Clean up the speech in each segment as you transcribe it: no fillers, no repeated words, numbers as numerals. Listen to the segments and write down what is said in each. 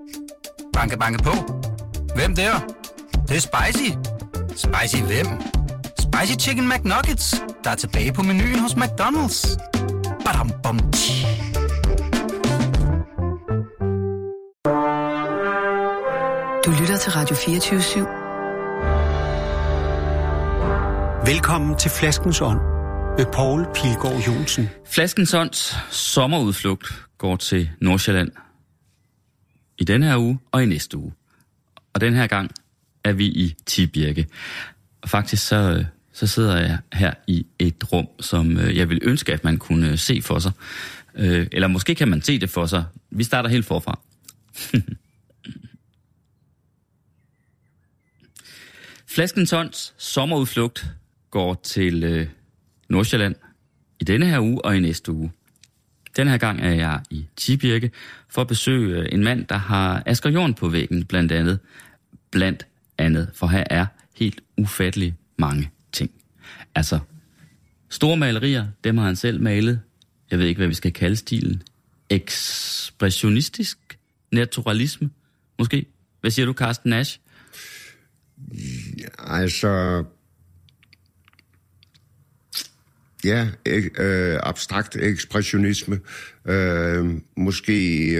Banke, banke på. Hvem der? Det er spicy. Spicy hvem? Spicy Chicken McNuggets, der er tilbage på menuen hos McDonald's. Badum, bom, Du lytter til Radio 24/7. Velkommen til Flaskens Ånd med Poul Pilgaard Johnsen. Flaskens Ånds sommerudflugt går til Nordsjælland i denne her uge og i næste uge. Og den her gang er vi i Tibirke. Og faktisk så sidder jeg her i et rum, som jeg vil ønske, at man kunne se for sig. Eller måske kan man se det for sig. Vi starter helt forfra. Flaskens Ånds sommerudflugt går til Nordsjælland i denne her uge og i næste uge. Den her gang er jeg i Tibirke for at besøge en mand, der har Asger Jorn på væggen, blandt andet, for her er helt ufattelig mange ting. Altså, store malerier, dem har han selv malet. Jeg ved ikke, hvad vi skal kalde stilen. Ekspressionistisk naturalisme, måske. Hvad siger du, Carsten Nash? Altså, ja, abstrakt ekspressionisme, måske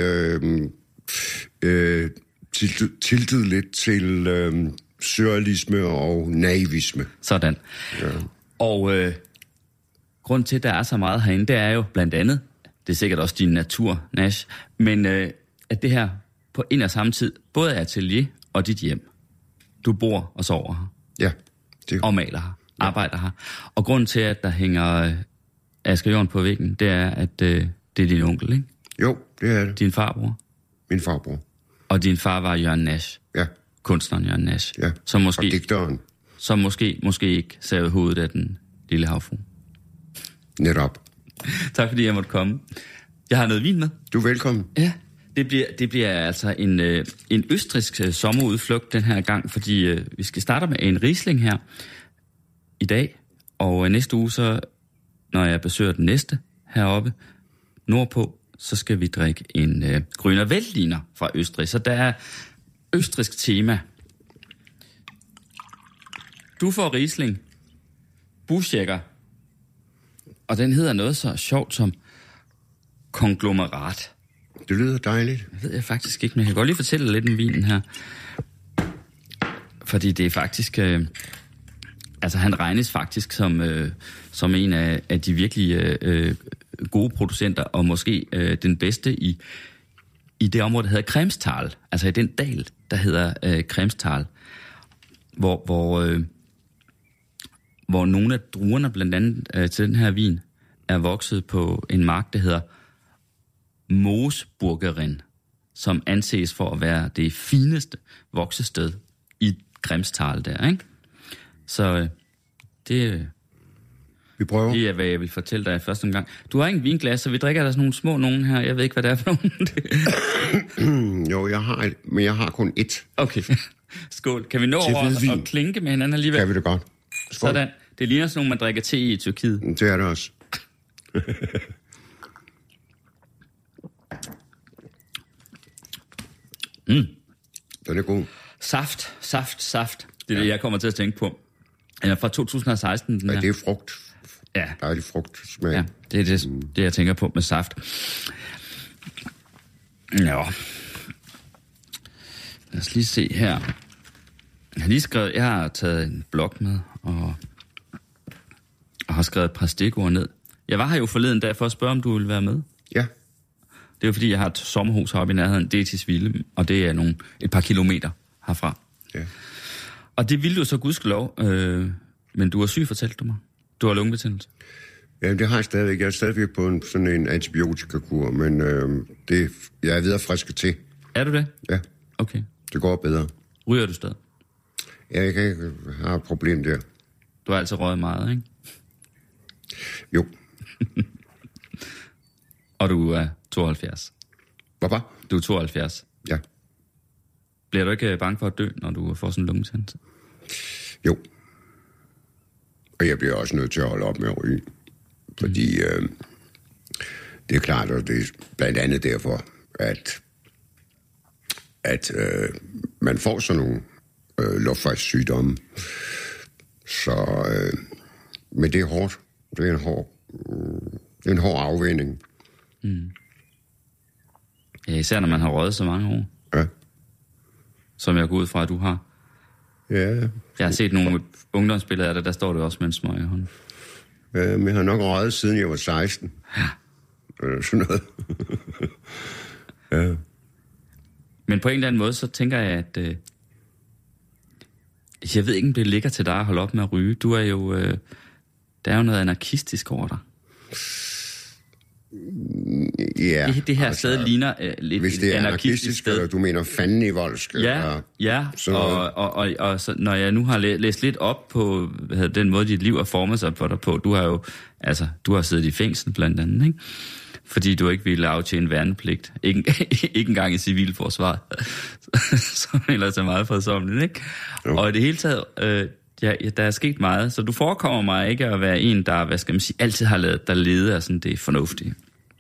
tiltet lidt til surrealisme og naivisme. Sådan. Ja. Og grund til, at der er så meget herinde, det er jo blandt andet, det er sikkert også din natur, Nash, men at det her på en og samme tid både er atelier og dit hjem. Du bor og sover her. Ja. Og maler her. Arbejder her. Og grunden til, at der hænger Asger Jorn på væggen, det er, at det er din onkel, ikke? Jo, det er det. Din farbror. Min farbror. Og din far var Jørgen Nash. Ja. Kunstneren Jørgen Nash. Ja, som måske, og digteren. Som måske ikke savede hovedet af den lille havfru. Netop. Tak fordi jeg måtte komme. Jeg har noget vin med. Du er velkommen. Ja. Det bliver altså en østrigsk sommerudflugt den her gang, fordi vi skal starte med en Riesling her i dag, og næste uge, så når jeg besøger den næste heroppe nordpå, så skal vi drikke en Grüner Veltliner fra Østrig. Så der er østrigsk tema. Du får Riesling, Buschecker, og den hedder noget så sjovt som konglomerat. Det lyder dejligt. Det ved jeg faktisk ikke, men jeg kan godt lige fortælle lidt om vinen her. Fordi det er faktisk... altså, han regnes faktisk som en af de virkelig gode producenter, og måske den bedste i det område, der hedder Kremstal. Altså i den dal, der hedder Kremstal. Hvor nogle af druerne, blandt andet til den her vin, er vokset på en mark, der hedder Moosburgerin, som anses for at være det fineste voksested i Kremstal der, ikke? Så det er, hvad jeg vil fortælle dig i første omgang. Du har ingen vinglas, så vi drikker der sådan nogle små nogen her. Jeg ved ikke, hvad det er for nogen. Jo, jeg har kun ét. Okay, skål. Kan vi nå over og klinke med hinanden alligevel? Kan vi det godt. Skål. Sådan. Det ligner sådan nogle, man drikker te i Tyrkiet. Det er det også. Den er god. Saft. Det er det, jeg kommer til at tænke på. Fra 2016. Den ja, her. det er frugt. Ja. Dejlig frugtsmag. Ja, det er det, jeg tænker på med saft. Ja. Lad os lige se her. Jeg har taget en blok med, og har skrevet et par stikord ned. Jeg var her jo forleden dag for at spørge, om du ville være med. Ja. Det er jo fordi, jeg har et sommerhus heroppe i nærheden. Det er til Svilde, og det er et par kilometer herfra. Ja. Og det ville du så gudskelov, men du er syg, fortalte du mig. Du har lungebetændelse. Ja, det har jeg stadigvæk. Jeg er stadigvæk på sådan en antibiotikakur, men jeg er videre frisk til. Er du det? Ja. Okay. Det går bedre. Ryger du stadig? Ja, jeg har et problem der. Du har altså røget meget, ikke? Jo. Og du er 72. Hvad? Du er 72. Ja. Bliver du ikke bange for at dø, når du får sådan en lungebetændelse? Jo. Og jeg bliver også nødt til at holde op med at ryge. Fordi det er klart, og det er blandt andet derfor, at at man får sådan nogle luftvejssygdomme. Så, men det er hårdt. Det er en hård afvinding. Mm. Ja, især når man har røget så mange år. Ja. Som jeg går ud fra, at du har. Ja. Jeg har set nogle ungdomsbilleder af det, der står det også med en smøg i hånden. Ja, men jeg har nok røget siden jeg var 16. Ja. Sådan noget. Ja. Men på en eller anden måde, så tænker jeg, at jeg ved ikke, om det ligger til dig at holde op med at ryge. Du er jo, der er jo noget anarkistisk over dig. Ja. Det her sted ligner lidt hvis det er anarkistisk sted. Eller du mener fanden i voldsk. Ja. Og så, når jeg nu har læst lidt op på den måde, dit liv er formet sig for dig på, du har jo, altså, du har siddet i fængsel blandt andet, ikke? Fordi du ikke ville aftjene værnepligt. Ikke engang i civilforsvaret. Så ellers er meget fredsomligt, ikke? Jo. Og i det hele taget, der er sket meget, så du forekommer mig ikke at være en, der, hvad skal man sige, altid har ladet dig lede af sådan det fornuftige.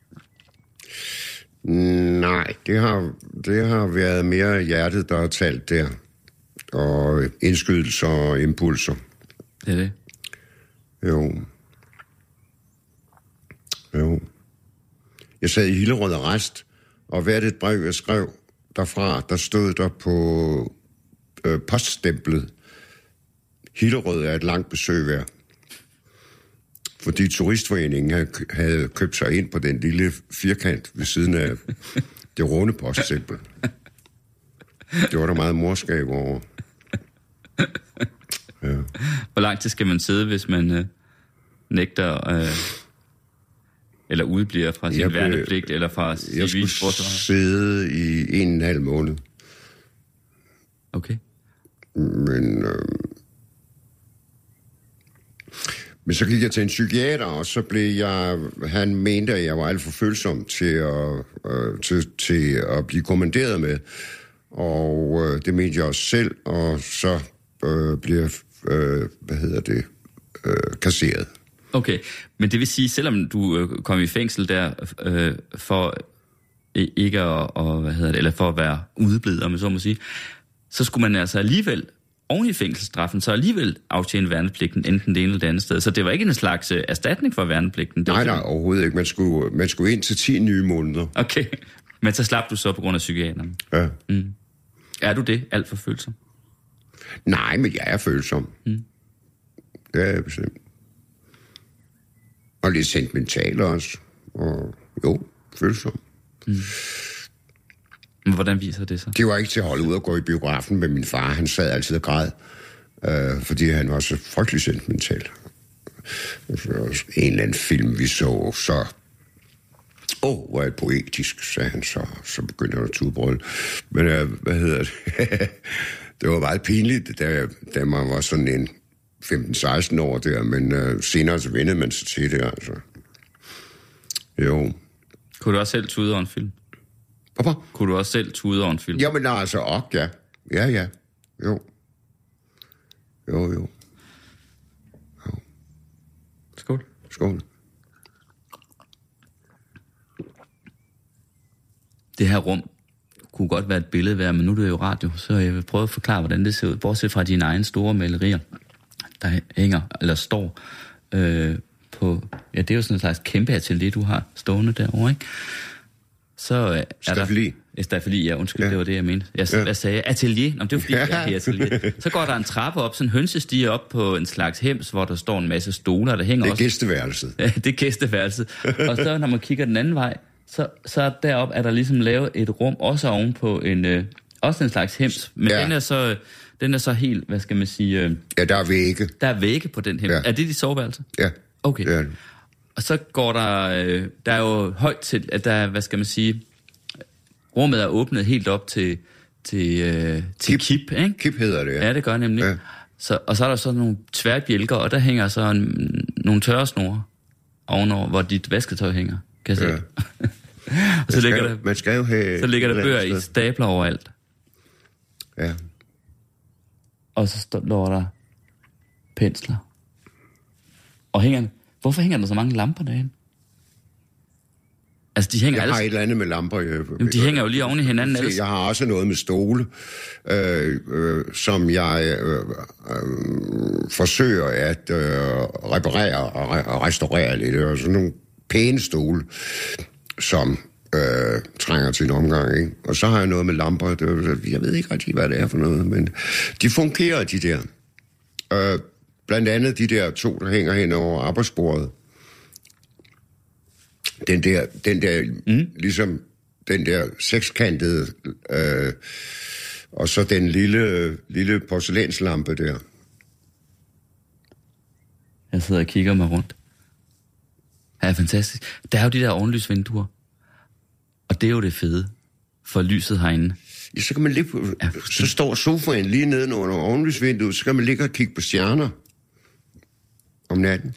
Nej, det har været mere hjertet, der har talt der. Og indskydelser og impulser. Det er det? Jo. Jeg sad i Hillerød Arrest, og hvert et brev, jeg skrev derfra, der stod der på poststemplet: Hillerød er et langt besøg værd. Fordi turistforeningen havde købt sig ind på den lille firkant ved siden af det runde poststempel. Det var der meget morskab over. Ja. Hvor lang tid skal man sidde, hvis man nægter eller udbliver fra sin værnepligt eller fra civilforsvaret? Jeg skulle sidde i 1,5 måned. Okay. Men så gik jeg til en psykiater, og så blev han mente, at jeg var alt for følsom til at blive kommanderet med. Og det mente jeg også selv, og så blev jeg, kasseret. Okay, men det vil sige, selvom du kom i fængsel der for ikke eller for at være udeblevet, om man så må sige, så skulle man altså alligevel oven i fængselsstraffen, så alligevel aftjene værnepligten enten det ene eller det andet sted. Så det var ikke en slags erstatning for værnepligten? Nej, overhovedet ikke. Man skulle ind til 10 nye måneder. Okay, men så slap du så på grund af psykiateren? Ja. Mm. Er du det alt for følsom? Nej, men jeg er følsom. Mm. Det er jeg bestemt. Og lidt sentimental også. Og jo, følsom. Mm. Men hvordan viser det sig? Det var ikke til at holde ud og gå i biografen med min far. Han sad altid og græd, fordi han var så frygtelig sentimental. En eller anden film, vi så hvor er det poetisk, sagde han så. Så begyndte han at tudbrølle. Men det var meget pinligt, da man var sådan en 15-16 år der, men senere så vendte man sig til det, altså. Jo. Kunne du også selv tude over en film? Papa? Kunne du også selv tude over en film? Jamen altså, ja. Ja. Jo. Skål. Skål. Det her rum kunne godt være et billede værd, men nu er det jo radio, så jeg vil prøve at forklare, hvordan det ser ud, bortset fra dine egne store malerier, der hænger, eller står på, ja, det er jo sådan en slags kæmpe atelier, du har stående derovre, ikke? Så er Staffeli. Staffeli, ja, undskyld, det var det, jeg mente. Jeg sagde atelier. Nå, det var fordi, jeg er atelier. Så går der en trappe op, sådan en hønsestige op på en slags hems, hvor der står en masse stoler, der hænger også. Det er gæsteværelset. Ja, det er gæsteværelset. Og så, når man kigger den anden vej, så deroppe er der ligesom lavet et rum, også ovenpå også en slags hems. Men den er så helt, hvad skal man sige... Ja, der er vægge. Der er vægge på den hems. Ja. Er det dit soveværelse? Ja. Okay. Ja. Og så går der er jo højt til, at der, hvad skal man sige, rummet er åbnet helt op til kip, ikke? Kip hedder det, ja. Ja, det gør nemlig. Ja. Og så er der så nogle tværbjælker, og der hænger så nogle tørresnore ovenover, hvor dit vasketøj hænger, kan jeg se. Og man skal jo have... Så ligger der bøger i stabler overalt. Ja. Og så står der pensler. Og hvorfor hænger der så mange lamper derinde? Altså, de hænger jeg har et eller andet med lamper. Jamen, de hænger jo lige oven i hinanden. Ellers. Jeg har også noget med stole, som jeg forsøger at reparere og restaurere lidt. Og sådan nogle pæne stole, som trænger til en omgang, ikke? Og så har jeg noget med lamper. Jeg ved ikke rigtig, hvad det er for noget, men de fungerer, de der. Blandt andet de der 2, der hænger hen over arbejdsbordet. Den der ligesom den der sekskantede, og så den lille porcelænslampe der. Jeg sidder og kigger mig rundt. Det er fantastisk. Der er jo de der ovenlysvinduer. Og det er jo det fede for lyset herinde. Ja, så kan man ligge på, så står sofaen lige nede under ovenlysvinduet, så kan man ligge og kigge på stjerner om natten.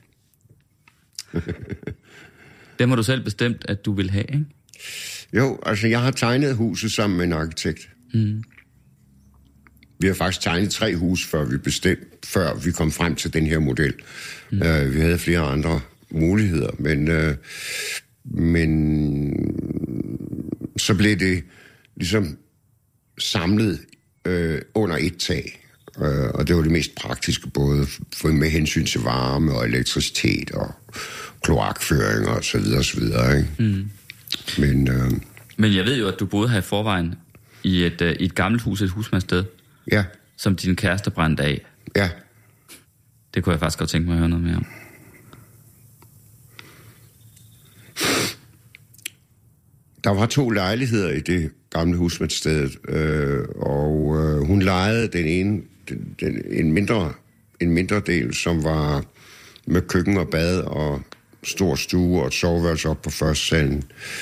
Dem har du selv bestemt, at du vil have, ikke? Jo, altså jeg har tegnet huset sammen med en arkitekt. Mm. Vi har faktisk tegnet 3 huse, før vi kom frem til den her model. Mm. Vi havde flere andre muligheder, men så blev det ligesom samlet under et tag. Og det var det mest praktiske, både med hensyn til varme og elektricitet og kloakføring og så videre, ikke? Mm. Men jeg ved jo, at du boede her i forvejen i et gammelt hus, et husmandssted. Ja. Som din kæreste brændte af. Ja. Det kunne jeg faktisk godt tænke mig at høre noget mere om. Der var 2 lejligheder i det gamle husmandssted, og hun lejede den ene, en mindre del, som var med køkken og bad og stor stue og et soveværelse op på første salen.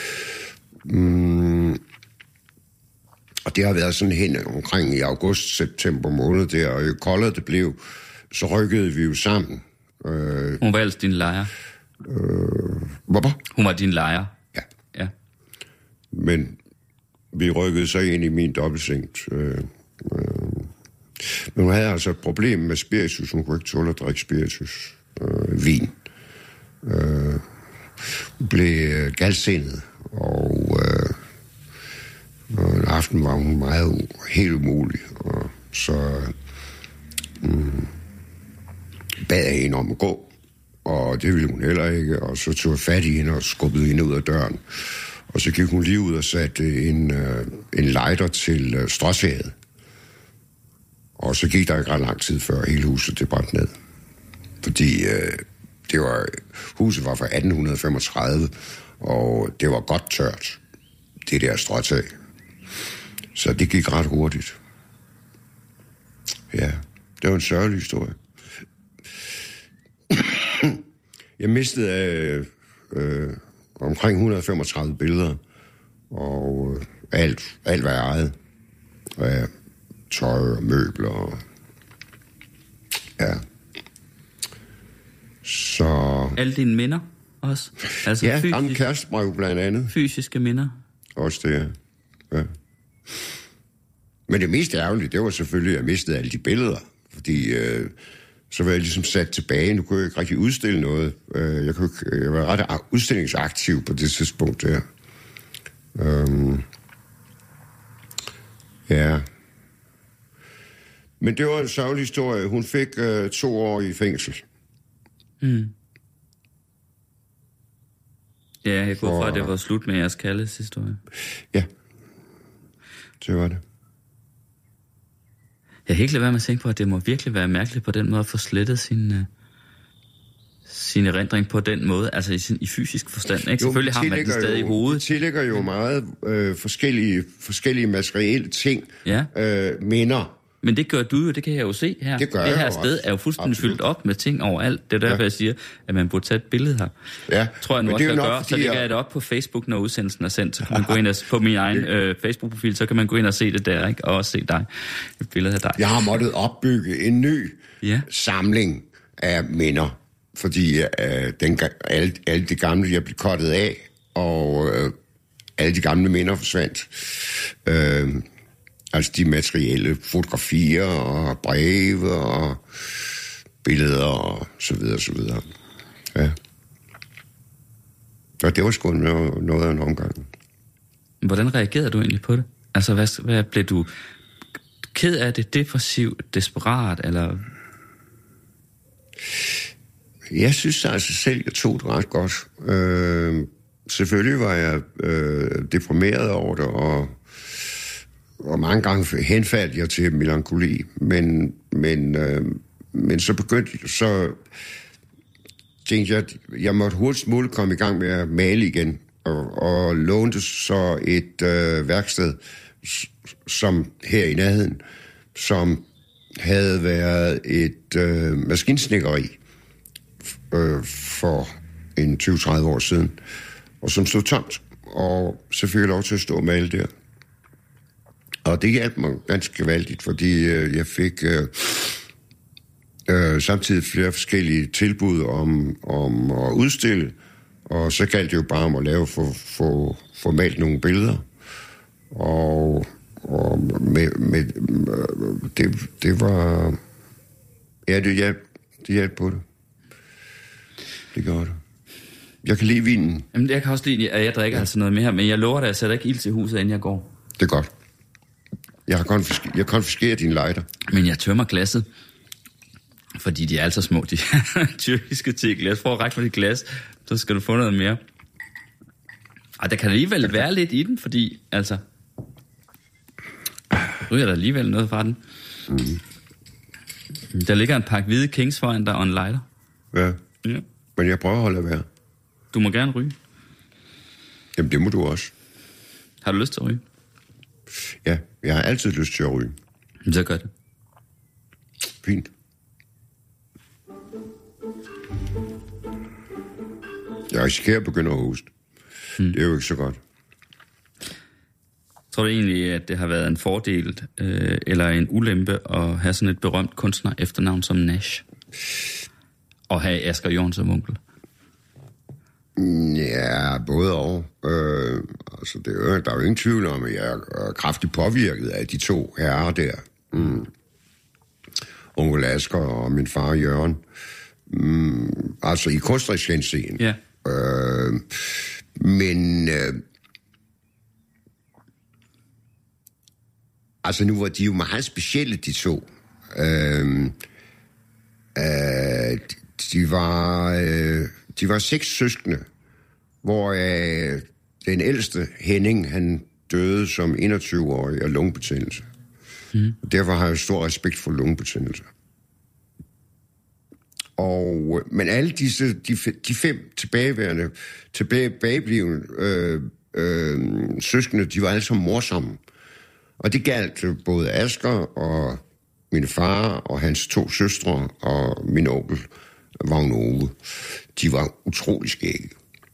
Og det har været sådan hen omkring i august-september måned der, og jo koldere det blev, så rykkede vi jo sammen. Hun var ellers din lejer? Hvorfor? Hun var din lejer? Ja. Men vi rykkede så ind i min dobbeltseng. Men hun havde altså et problem med spiritus. Hun kunne ikke tåle at drikke spiritus. Vin. Hun blev galsindet, og en aften var hun helt umulig. Og så bad jeg hende om at gå, og det ville hun heller ikke. Og så tog jeg fat i hende og skubbede hende ud af døren. Og så gik hun lige ud og satte en lighter til stråsaget. Og så gik der ikke ret lang tid før hele huset det brændte ned. Fordi huset var fra 1835, og det var godt tørt, det der stråtag. Så det gik ret hurtigt. Ja, det var en sørgelig historie. Jeg mistede omkring 135 billeder, og alt hvad jeg ejede. Ja, tøj og møbler. Og, ja. Så... Alle dine minder også? Altså ja, gamle kærestebrev blandt andet. Fysiske minder? Også det, ja. Men det mest ærgerlige, det var selvfølgelig, at jeg mistede alle de billeder. Fordi så var jeg ligesom sat tilbage. Nu kunne jeg ikke rigtig udstille noget. Jeg var ret udstillingsaktiv på det tidspunkt der. Ja. Men det var en sørgelig historie. Hun fik 2 år i fængsel. Mm. Ja, jeg går fra, at det var slut med jeres kærlighedshistorie. Ja, det var det. Jeg kan ikke lade være med at tænke på, at det må virkelig være mærkeligt på den måde at få slettet sin erindring på den måde, altså i fysisk forstand. Ikke? Jo, selvfølgelig har man den stadig i hovedet. Det tillægger jo meget forskellige materielle ting, ja. Minder. Men det gør du jo, det kan jeg jo se her. Det her sted er jo fuldstændig fyldt op med ting overalt. Det er derfor, jeg siger, at man burde tage et billede her. Ja. Tror jeg nu også, jeg gør. Så lægger jeg det op på Facebook, når udsendelsen er sendt. Så kan man gå ind på min egen Facebook-profil, så kan man gå ind og se det der, ikke? Og også se dig. Et billede af dig. Jeg har måttet opbygge en ny samling af minder. Fordi alle de gamle, jeg blev kottet af, og alle de gamle minder forsvandt. Altså de materielle fotografier og breve og billeder og så videre, så videre. Ja. Og det var sgu noget af en omgang. Hvordan reagerede du egentlig på det? Altså, hvad blev du ked af det, depressiv, desperat, eller? Jeg synes altså selv, jeg tog det ret godt. Selvfølgelig var jeg deprimeret over det, og mange gange henfaldt jeg til melankoli, men så tænkte jeg, at jeg måtte hurtigst muligt komme i gang med at male igen, og lånte så et værksted, som her i nærheden, som havde været et maskinsnikkeri for en 20-30 år siden, og som stod tomt, og så fik jeg lov til at stå og male der. Og det hjalp mig ganske gevaldigt, fordi jeg fik samtidig flere forskellige tilbud om at udstille, og så galt det jo bare om at få malt nogle billeder. Og det var... Ja, det hjalp på det. Det gjorde det. Jeg kan lide vinen. Jamen, jeg kan også lide, at jeg drikker altså noget mere, men jeg lover dig, at jeg sætter ikke ild til huset, inden jeg går. Det er godt. Jeg konfiskerer din lighter. Men jeg tømmer glasset, fordi de er altså små, de tyrkiske teglas. Prøv at række mig dit glas, så skal du få noget mere. Og der kan alligevel være lidt i den, fordi altså... ryger der alligevel noget fra den. Mm. Der ligger en pakke hvide Kings foran dig og en lighter. Ja. Men jeg prøver at holde være. Du må gerne ryge. Jamen, det må du også. Har du lyst til at ryge? Ja, jeg har altid lyst til at ryge. Så gør det. Fint. Jeg risikerer at begynde at hoste. Det er jo ikke så godt. Tror du egentlig, at det har været en fordel eller en ulempe at have sådan et berømt kunstner efternavn som Nash? Og have Asger Jorn som onkel? Ja, både og. Altså, der er jo ingen tvivl om, at jeg er kraftigt påvirket af de to herrer der. Onkel Asger og min far Jørgen. Altså i kunstnerisk henseende. Ja. Men... altså nu var de jo meget specielle, de to. De var 6 søskende, hvor den ældste, Henning, han døde som 21-årig af lungebetændelse. Derfor har jeg stor respekt for lungebetændelse. Men alle de 5 tilbageblivende søskende, de var alle sammen morsomme. Og det galt både Asger og min far og hans 2 søstre og min onkel, Vagn Ove. De var utrolig skægge.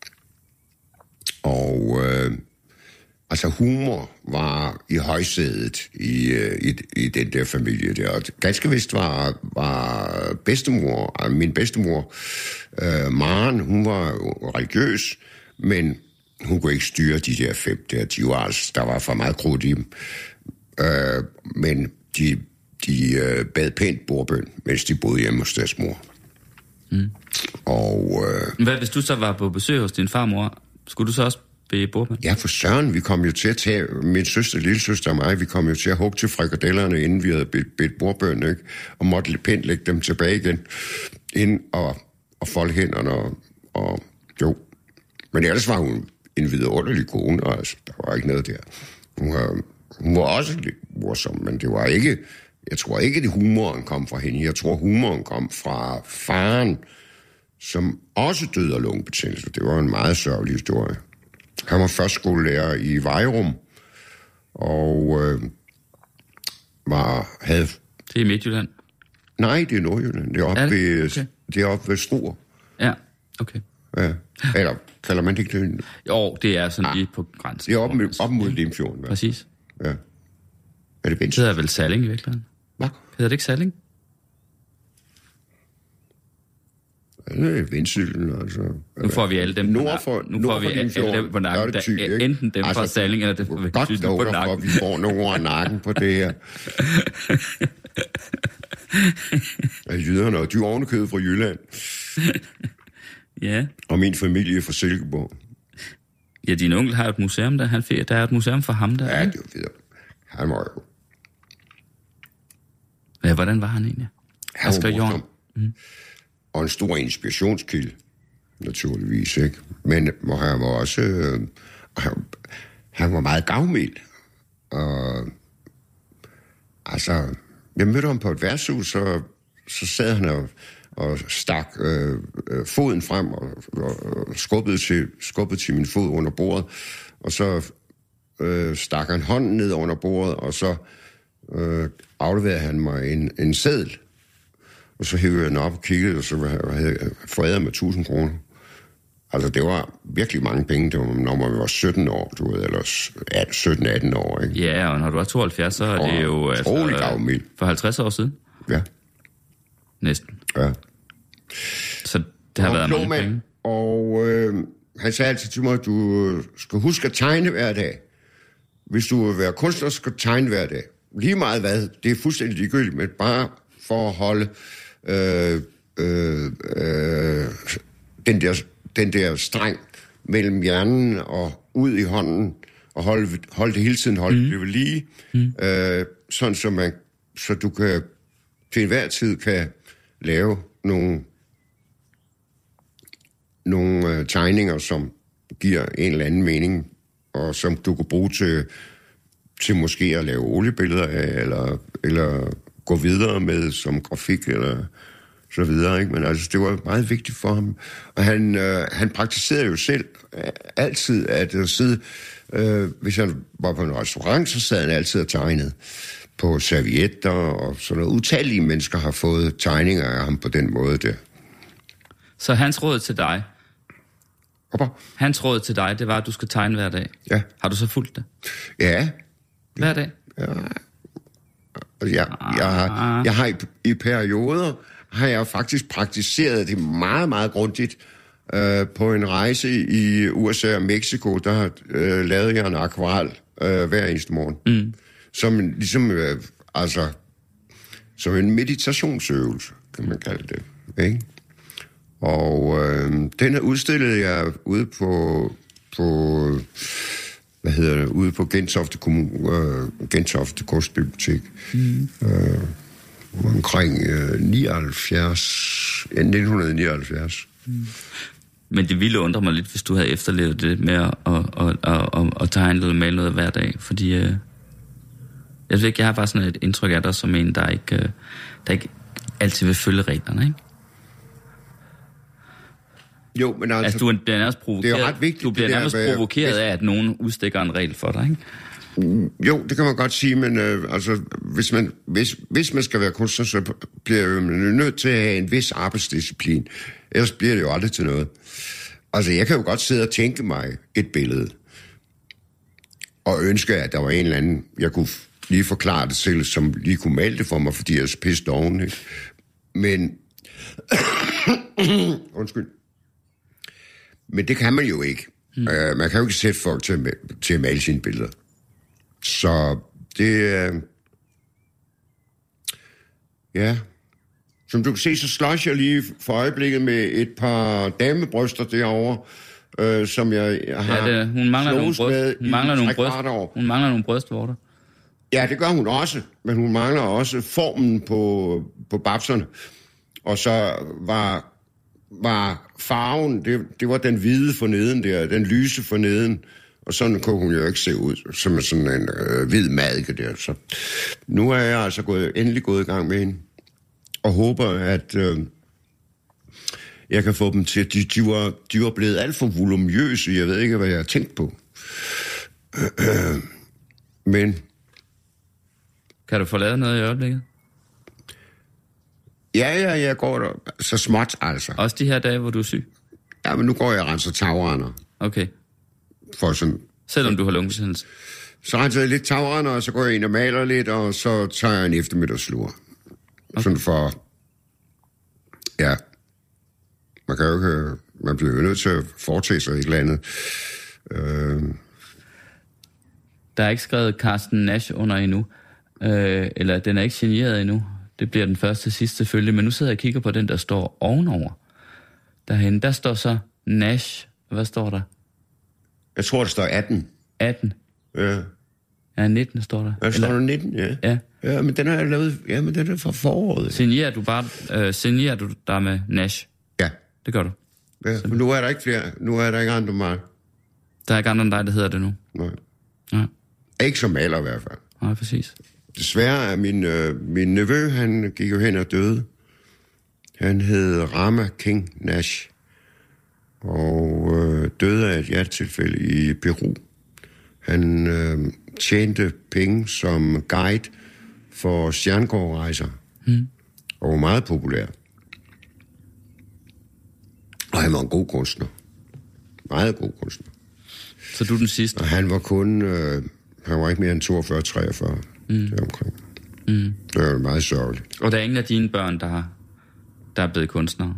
Og altså humor var i højsædet i den der familie der. Og ganske vist var bedstemor, min bedstemor, Maren, hun var religiøs, men hun kunne ikke styre de der 5 der. Der var for meget krudt i dem. Men de bad pænt bordbøn, mens de boede hjemme hos deres mor. Og... Hvad hvis du så var på besøg hos din farmor? Skulle du så også bede bordbøn? Ja, for søren, vi kom jo til at tage... Min søster, lillesøster og mig, vi kom jo til at hugge til frikadellerne, inden vi havde bedt bordbøn, ikke? Og måtte pænt lægge dem tilbage igen, ind og folde hænderne og jo. Men ellers var hun en vidunderlig kone, og altså, der var ikke noget der. Hun var også lidt morsom, men det var ikke... Jeg tror ikke, at humoren kom fra hende. Jeg tror, humoren kom fra faren, som også døde af lungebetændelse. Det var en meget sørgelig historie. Han var førskolelærer i Vejrum, og havde... Det er i Midtjylland? Nej, det er Nordjylland. Det er oppe ved Struer. Ja, okay. Ja. Eller kalder man det ikke det? Jo, det er sådan lige på grænsen. Det er op mod Limfjorden. Præcis. Ja. Er det Vendsyssel? Det hedder vel Salling i virkeligheden? Hvad? Hedder det ikke Salling? Det er Vendsyssel, altså. Nu får vi alle dem nu får vi alle dem på nakken. Enten dem fra Salling, eller dem fra Vendsyssel på nakken. Godt, vi får nogle over nakken på det her. Jyderne, og de er ovenikøbet fra Jylland. Ja. Og min familie fra Silkeborg. Ja, din onkel har et museum, der er et museum for ham der. Ja, det var videre. Han var jo... Ja, hvordan var han egentlig? Han var morsom. Og en stor inspirationskilde, naturligvis, ikke? Men han var også... han var meget gavmild. Og... Altså, jeg mødte ham på et værtshus, og så sad han og stak foden frem og skubbede til min fod under bordet. Og så stak han hånden ned under bordet, og så afleverede han mig en seddel. Og så hævde jeg den op og kiggede, og så havde jeg foræret med 1.000 kroner. Altså, det var virkelig mange penge, det var, når man var 17 år, du ved, eller 17-18 år, ikke? Ja, og når du er 72, så er det jo for 50 år siden. Ja. Næsten. Ja. Så det har været mange penge. Og han sagde altid til mig, at du skal huske at tegne hver dag. Hvis du vil være kunstner, skal du tegne hver dag. Lige meget hvad, det er fuldstændig ligegyldigt, men bare for at holde den der streng mellem hjernen og ud i hånden, og holde det hele tiden, holde det ved lige, sådan så du kan til enhver tid kan lave nogle tegninger, som giver en eller anden mening, og som du kan bruge til måske at lave oliebilleder af, eller gå videre med som grafik, eller så videre, ikke? Men altså, det var meget vigtigt for ham. Og han praktiserede jo selv altid at sidde, hvis han var på en restaurant, så sad han altid og tegnede på servietter, og sådan noget. Utallige mennesker har fået tegninger af ham på den måde der. Så hans råd til dig, Hopper. Hans råd til dig, det var, at du skal tegne hver dag. Ja. Har du så fulgt det? Ja. Hver dag? Ja. Jeg har i perioder, har jeg faktisk praktiseret det meget, meget grundigt. På en rejse i USA og Mexico, der lavede jeg en akvarel hver eneste morgen. Som ligesom, som en meditationsøvelse, kan man kalde det. Ikke? Og den her udstillede jeg ude på ude på Gentofte Kunstbibliotek. Omkring 1979. Men det ville undre mig lidt, hvis du havde efterlevet det med at tegne noget, male noget hver dag, fordi jeg ved ikke, jeg har bare sådan et indtryk af dig som en, der ikke altid vil følge reglerne, ikke? Jo, men altså du bliver nærmest provokeret. Det er ret vigtigt. Du bliver nærmest provokeret af, at nogen udstikker en regel for dig, ikke? Jo, det kan man godt sige, men hvis man skal være kunstner, så bliver man nødt til at have en vis arbejdsdisciplin. Ellers bliver det jo aldrig til noget. Altså, jeg kan jo godt sidde og tænke mig et billede, og ønske, at der var en eller anden, jeg kunne lige forklare det selv, som lige kunne male det for mig, fordi jeg er så pissed oven, ikke? Men... Undskyld. Men det kan man jo ikke. Man kan jo ikke sætte folk til at male sine billeder. Så det... ja. Som du kan se, så slås jeg lige for øjeblikket med et par damebryster derovre, som jeg har hun mangler nogle brystvorter. Ja, det gør hun også, men hun mangler også formen på babserne. Og så var farven, det var den hvide forneden der, den lyse forneden, og sådan kunne hun jo ikke se ud, som sådan en hvid madike der. Så nu er jeg altså endelig gået i gang med hende, og håber, at jeg kan få dem til, de var blevet alt for voluminøse, jeg ved ikke, hvad jeg har tænkt på. Men... Kan du få lavet noget i øjeblikket? Ja, jeg går der så småt, altså. Også de her dage, hvor du er syg? Ja, men nu går jeg og renser tagrender. Okay. For sådan... Selvom du har lungebetændelse? Så renser jeg lidt tagrender, og så går jeg ind og maler lidt, og så tager jeg en eftermiddagslur. Okay. Sådan for... Ja. Man kan jo ikke... Man bliver jo nødt til at foretage sig et eller andet. Der er ikke skrevet Carsten Nash under endnu. Eller den er ikke signeret endnu. Det bliver den første til sidst selvfølgelig. Men nu sidder jeg og kigger på den, der står ovenover. Derhenne, der står så Nash. Hvad står der? Jeg tror, der står 18. 18? Ja. Ja, 19 står der. Der står der 19, ja. Ja. Ja, men den har jeg lavet... Ja, men den er fra foråret. Signerer du der med Nash? Ja. Det gør du. Ja, men nu er der ikke flere. Nu er der ikke andre mig. Der er ikke andre end dig, der hedder det nu? Nej. Nej. Ikke som maler i hvert fald. Nej, præcis. Desværre er min nevø, han gik jo hen og døde. Han hed Rama King Nash. Og døde af et hjertetilfælde i Peru. Han tjente penge som guide for stjernegårdrejser. Og var meget populær. Og han var en god kunstner. Meget god kunstner. Så du er den sidste? Og han var kun... han var ikke mere end 42-43. Deromkring. Det var meget sørgeligt. Og der er ingen af dine børn, der er blevet kunstnere?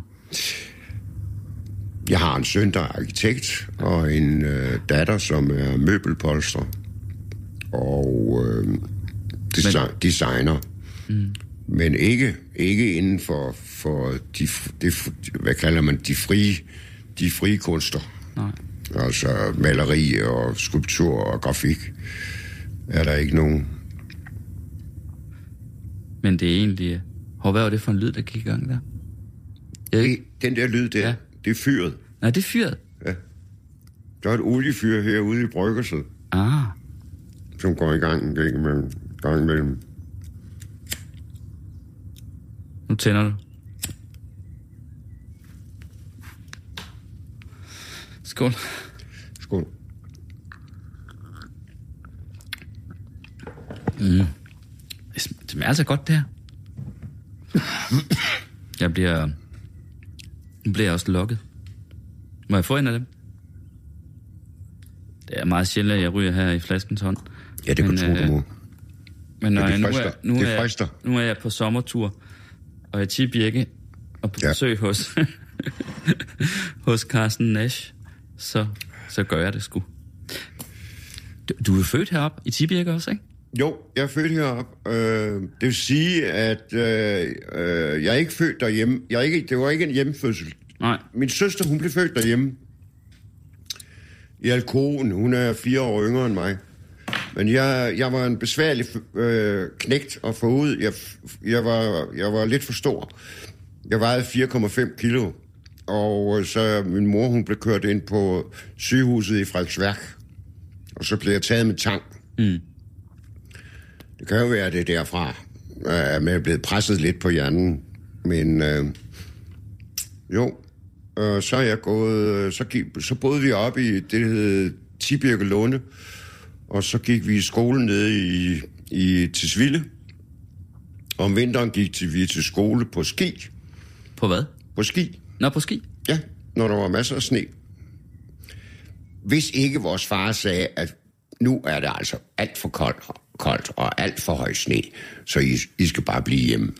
Jeg har en søn, der er arkitekt, og en datter, som er møbelpolstrer. Og designer. Men ikke inden for hvad kalder man, de frie kunster. Nej. Altså maleri og skulptur og grafik. Er der ikke nogen. Men det er egentlig... Hvad var det for en lyd, der gik i gang der? Den der lyd der, ja. Det er fyret. Nej, det er fyret? Ja. Der er et oliefyr herude i bryggerset. Ah. Som går i gang imellem. Nu tænder du. Skål. Skål. Det smager altså godt, det her. Nu bliver jeg også lukket. Må jeg få en af dem? Det er meget sjældent, at jeg ryger her i flaskens hånd. Ja, det kunne tro, du må. Men når nu er jeg på sommertur, og jeg er Tibirke, og på besøg hos Carsten Nash, så gør jeg det sgu. Du er født heroppe i Tibirke også, ikke? Jo, jeg er født heroppe. Det vil sige, at jeg er ikke født derhjemme. Det var ikke en hjemmefødsel. Nej. Min søster, hun blev født derhjemme. I Alkoven. Hun er 4 år yngre end mig. Men jeg var en besværlig knægt at få ud. Jeg var lidt for stor. Jeg vejede 4,5 kilo. Og så min mor, hun blev kørt ind på sygehuset i Frederiksværk. Og så blev jeg taget med tang. Det kan jo være det derfra, at man er blevet presset lidt på hjernen. Men så er jeg gået... Så boede vi oppe i det, der hed Tibirke Lunde. Og så gik vi i skole nede i Tisvilde. Om vinteren gik vi til skole på ski. På hvad? På ski. Nå, på ski? Ja, når der var masser af sne. Hvis ikke vores far sagde, at nu er det altså alt for koldt og alt for høj sne, så I skal bare blive hjemme.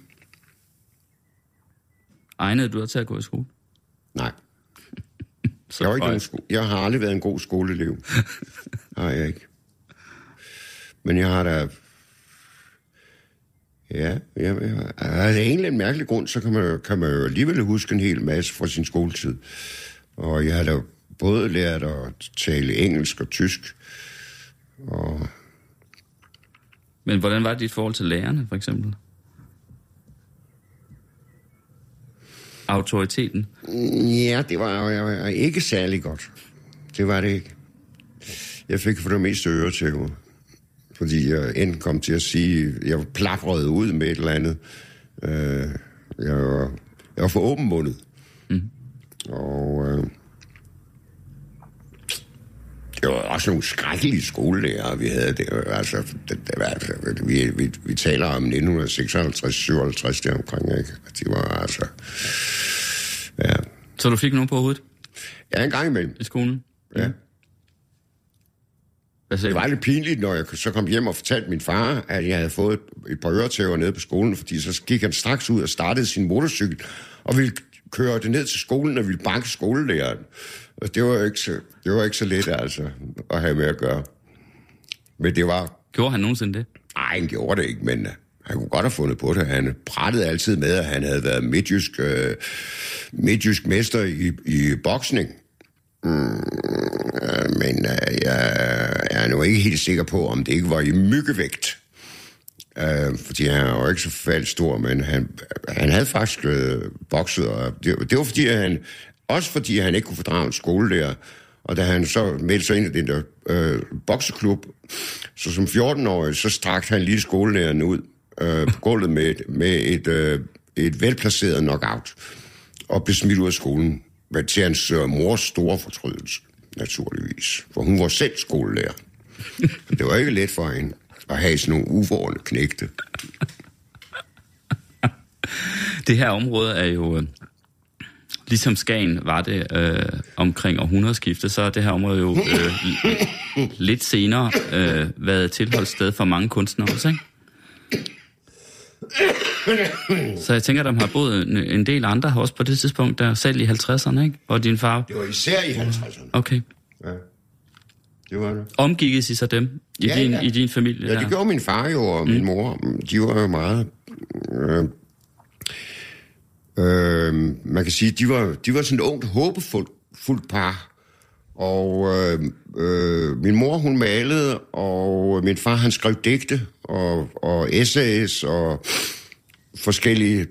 Egnede du dig til at gå i skole? Nej. Jeg har aldrig været en god skoleelev. Har jeg ikke. Men jeg har da... Ja, af en eller anden mærkelig grund, så kan man jo alligevel huske en hel masse fra sin skoletid. Og jeg har da både lært at tale engelsk og tysk. Men hvordan var dit forhold til lærerne, for eksempel? Autoriteten? Ja, det var ikke særlig godt. Det var det ikke. Jeg fik for det meste øretæver. Fordi jeg enten kom til at sige, jeg plafrede ud med et eller andet. Jeg var for åbenmundet. Og det var også nogle skrækkelige skolelærer, vi havde. Vi taler om 1956-57 deromkring, ikke? De var altså... Ja. Så du fik nogen på hovedet? Ja, en gang imellem. I skolen? Ja. Det var lidt pinligt, når jeg så kom hjem og fortalte min far, at jeg havde fået et par øretæver nede på skolen, fordi så gik han straks ud og startede sin motorcykel, og ville køre det ned til skolen og ville banke skolelæreren. Og det var ikke så let, altså, at have med at gøre. Men det var... Gjorde han nogensinde det? Nej, han gjorde det ikke, men han kunne godt have fundet på det. Han prattede altid med, at han havde været midtjysk mester i boksning. Men jeg er nu ikke helt sikker på, om det ikke var i myggevægt. Fordi han er jo ikke så forfærdeligt stor, men han havde faktisk bokset, og det var fordi han ikke kunne fordrage en skolelærer. Og da han så meldte sig ind i den der bokseklub, så som 14-årig, så strakte han lige skolelæreren ud på gulvet med et velplaceret knockout, og blev smidt ud af skolen. Men til hans mors store fortrydelse, naturligvis. For hun var selv skolelærer. Det var ikke let for hende at have sådan nogle uvorne knægte. Det her område er jo, ligesom Skagen var det omkring århundredeskiftet, så er det her område jo lidt senere været tilholdssted for mange kunstnere også, ikke? Så jeg tænker, at der har boet en del andre også på det tidspunkt, der selv i 50'erne, ikke? Og din far... Det var især i 50'erne. Okay. Ja, det var det. Omgikkes I så dem i din familie? Ja, det gjorde min far jo, og min mor. De var jo meget... man kan sige, de var sådan et ungt, håbefuldt par. Og min mor, hun malede, og min far, han skrev digte og essays og forskellige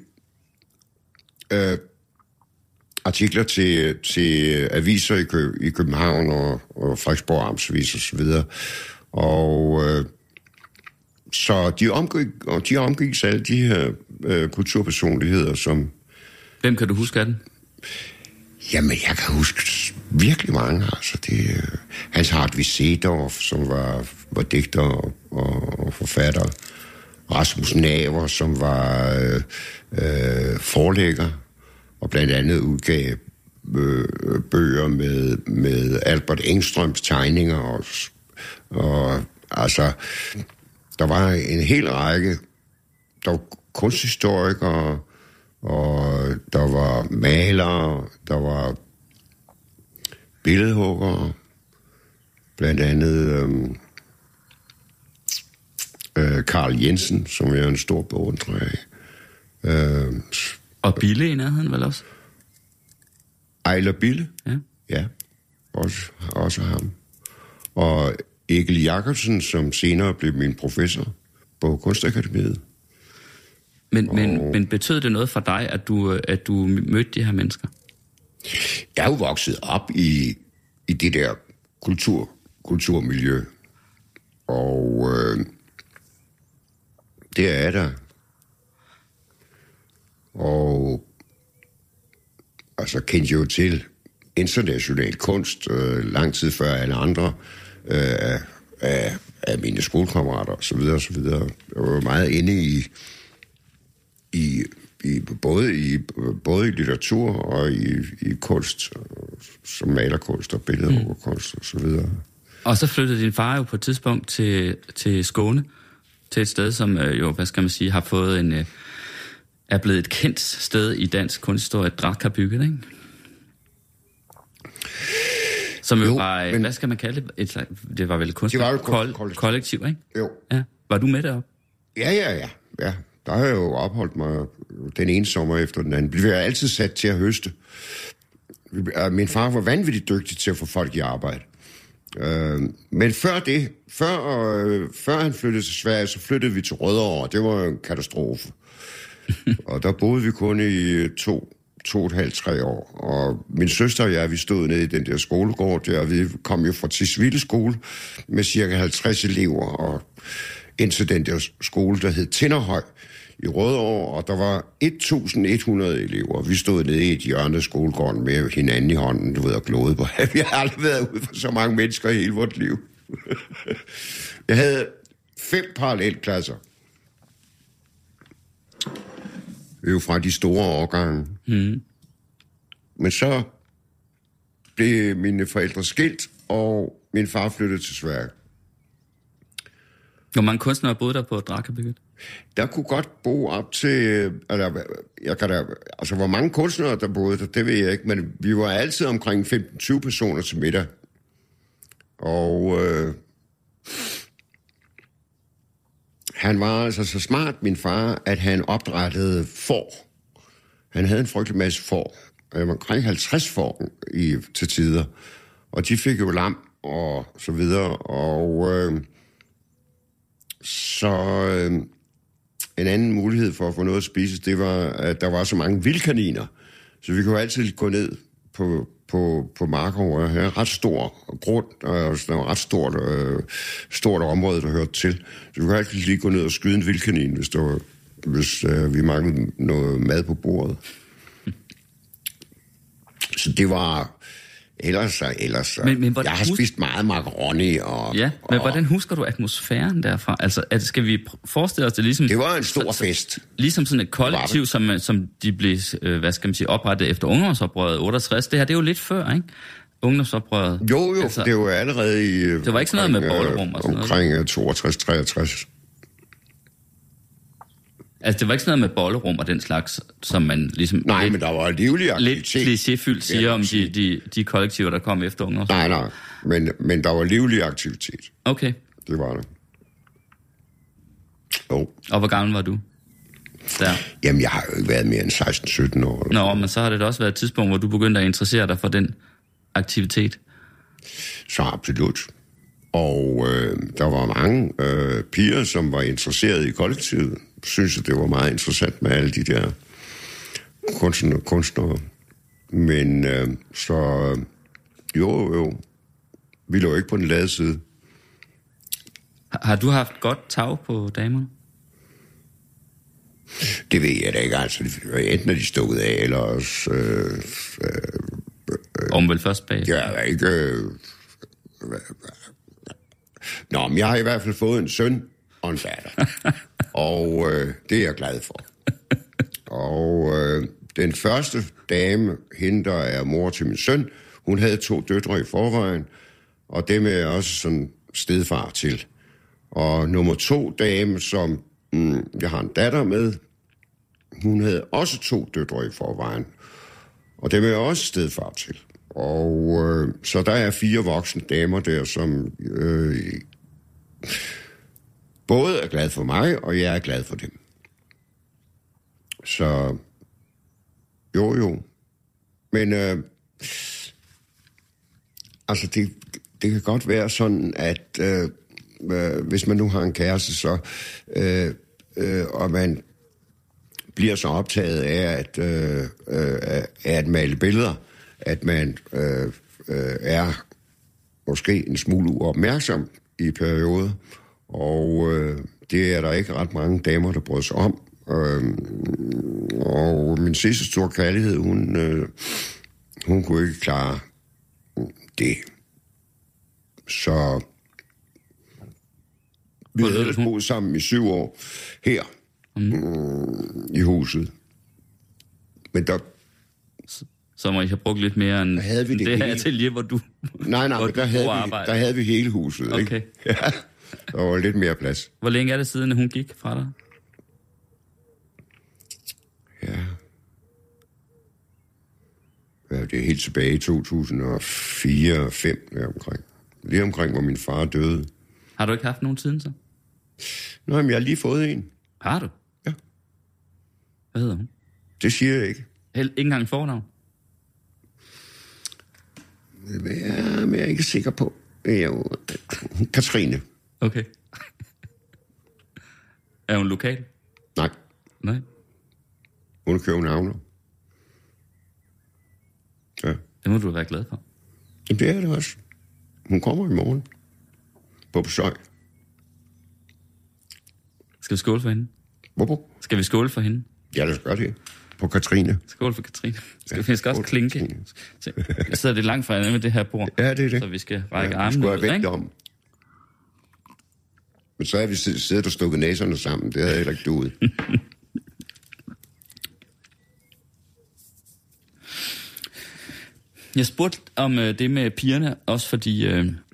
artikler til aviser i København og Frederiksborg Amtsvis og så videre. Og så de omgik alle de her kulturpersonligheder, som... Hvem kan du huske af den? Jamen, jeg kan huske virkelig mange. Altså, Hans Hartvig Sedorf, som var digter og forfatter. Rasmus Naver, som var forlægger, og blandt andet udgav bøger med Albert Engströms tegninger. Og altså, der var en hel række. Der var kunsthistorikere, og der var malere, der var billedhuggere, blandt andet Carl Jensen, som er en stor beundrer af. Og Bille i nærheden vel også? Ejler Bille? Ja. Ja, også ham. Og Egil Jacobsen, som senere blev min professor på Kunstakademiet. Men betød det noget for dig, at du mødte de her mennesker? Jeg er jo vokset op i det der kulturmiljø. Og det er der. Og altså kendte jo til international kunst lang tid før alle andre af mine skolekammerater og så videre og så videre. Jeg var meget inde både i litteratur og i kunst, som malerkunst og billedhuggerkunst og så videre. Og så flyttede din far jo på et tidspunkt til Skåne, til et sted, som jo, hvad skal man sige, har fået er blevet et kendt sted i dansk kunsthistorie, Drac har bygget, ikke? Som jo var, hvad skal man kalde det? Det var vel et kollektiv, ikke? Jo. Ja. Var du med deroppe? Ja. Der har jeg jo opholdt mig den ene sommer efter den anden. Vi var altid sat til at høste. Min far var vanvittigt dygtig til at få folk i arbejde. Men før han flyttede til Sverige, så flyttede vi til Rødovre. Det var en katastrofe. Og der boede vi kun i 2,5-3 år. Og min søster og jeg, vi stod nede i den der skolegård der, og vi kom jo fra Tisvilde skole med cirka 50 elever, og ind til den der skole, der hed Tinderhøj i Rødovre, og der var 1.100 elever. Vi stod nede i et hjørne af skolegården med hinanden i hånden, du ved, og glåede på. Vi har aldrig været ude for så mange mennesker i hele vort liv. Jeg havde 5 parallelklasser. Jo fra de store årgange. Mm. Men så blev mine forældre skilt, og min far flyttede til Sverige. Hvor mange kunstnere boede der på Drakabygget? Der kunne godt bo op til... hvor mange kunstnere der boede der, det ved jeg ikke, men vi var altid omkring 15-20 personer til middag. Og han var altså så smart, min far, at han opdrættede får. Han havde en frygtelig masse får. Omkring 50 får til tider. Og de fik jo lam og så videre. Og en anden mulighed for at få noget at spise, det var, at der var så mange vildkaniner. Så vi kunne altid gå ned på marker, her ret stor grund, og der var ret stort område, der hørte til. Så vi kunne altid lige gå ned og skyde en vildkanin, hvis vi manglede noget mad på bordet. Så det var ellers men jeg har spist meget macaroni og... Ja, men hvordan husker du atmosfæren derfra? Altså, skal vi forestille os det ligesom... Det var en stor fest. Ligesom sådan et kollektiv, som de blev, oprettet efter ungdomsoprøret 68. Det her, det er jo lidt før, ikke? Ungdomsoprøret. Jo, altså, det var allerede i... Det var ikke sådan noget med bollerum og sådan noget? Omkring 62-63. Altså, det var ikke sådan noget med bollerum og den slags, som man ligesom... Nej, men der var livlig aktivitet. Lidt klichéfyldt siger om de kollektiver, der kom efter ungdomsoprøret. Nej, men der var livlig aktivitet. Okay. Det var det. Jo. Og hvor gammel var du der? Jamen, jeg har jo ikke været mere end 16-17 år. Nå, men så har det da også været et tidspunkt, hvor du begyndte at interessere dig for den aktivitet. Så absolut. Og der var mange piger, som var interesserede i kollektivet. Synes, at det var meget interessant med alle de der kunstnere. Men jo. Vi lå ikke på den lade side. Har du haft godt tag på damerne? Det ved jeg da ikke, altså. Enten er de stukket af, eller også... Om vel først bag? Jeg er ikke... Nå, men jeg har i hvert fald fået en søn og en datter. Og det er jeg glad for. Og den første dame, hende der er mor til min søn, hun havde 2 døtre i forvejen, og dem er jeg også sådan stedfar til. Og nummer 2 dame, som jeg har en datter med, hun havde også 2 døtre i forvejen, og dem er jeg også stedfar til. Og så der er 4 voksne damer der, som både er glad for mig, og jeg er glad for dem. Så jo. Men altså det kan godt være sådan, at hvis man nu har en kæreste, så og man bliver så optaget af at male billeder, at man er måske en smule uopmærksom i perioder, og det er der ikke ret mange damer, der bryder sig om. Og min sidste store kærlighed, hun kunne ikke klare det. Så vi havde ellers boet sammen i 7 år her i huset. Men der... Så må I have brugt lidt mere end det her atelier, hvor du... Nej, men der havde vi hele huset, okay. Ikke? Ja, der var lidt mere plads. Hvor længe er det siden, at hun gik fra dig? Ja, det er helt tilbage i 2004-2005 omkring. Lige omkring, hvor min far døde. Har du ikke haft nogen siden så? Nej, men jeg har lige fået en. Har du? Ja. Hvad hedder hun? Det siger jeg ikke. Ikke engang fornavn? Men jeg er ikke sikker på. Katrine. Okay. Er hun lokal? Nej. Hun er københavner. Ja. Det må du være glad for. Jamen, det er det også. Hun kommer i morgen. På besøg. Skal vi skåle for hende? Hvorfor? Skal vi skåle for hende? Ja, lad os gøre det. På Katrine. Skål for Katrine. Vi skal også klinke. Jeg sidder lidt langt fra med det her bord. Ja, det er det. Så vi skal række armene ud, ikke? Om. Men så er vi siddet og stukket næserne sammen. Det havde heller ikke duet. Jeg spurgte om det med pigerne, også fordi,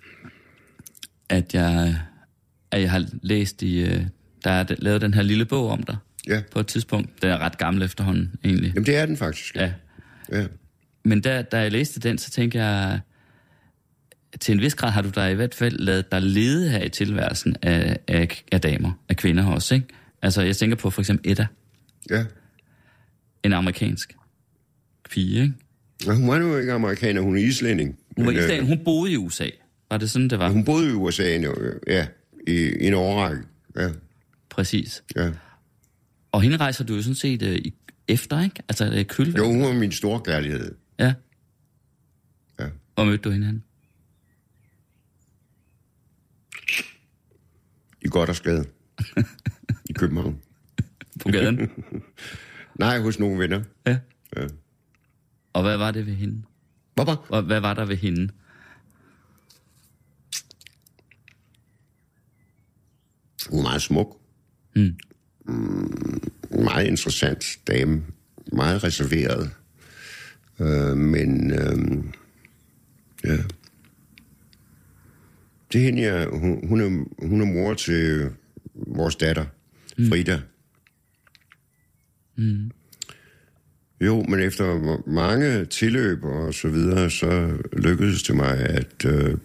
at jeg har læst der er lavet den her lille bog om dig. Ja. På et tidspunkt. Den er ret gammel efterhånden, egentlig. Jamen, det er den faktisk. Ja. Ja. Men da jeg læste den, så tænkte jeg, til en vis grad har du da i hvert fald ladet dig lede her i tilværelsen af damer, af kvinder også, ikke? Altså, jeg tænker på for eksempel Edda. Ja. En amerikansk pige, ikke? Ja, hun var jo ikke amerikaner, hun er islænding. Hun var islænding, hun boede i USA. Var det sådan, det var? Hun boede i USA i en årrække. Ja. Præcis. Ja. Og hende rejser du jo sådan set efter, ikke? Altså kølvand. Jo, hun var min store kærlighed. Ja. Ja. Hvor mødte du hende? I Gothersgade. I København. På gaden? Nej, hos nogle venner. Ja. Ja. Og hvad var det ved hende? Hvad var der ved hende? Hun var meget smuk. Meget interessant dame. Meget reserveret. Men ja. Det er hende, hun er mor til vores datter, Frida. Jo, men efter mange tilløb og så videre, så lykkedes det mig at,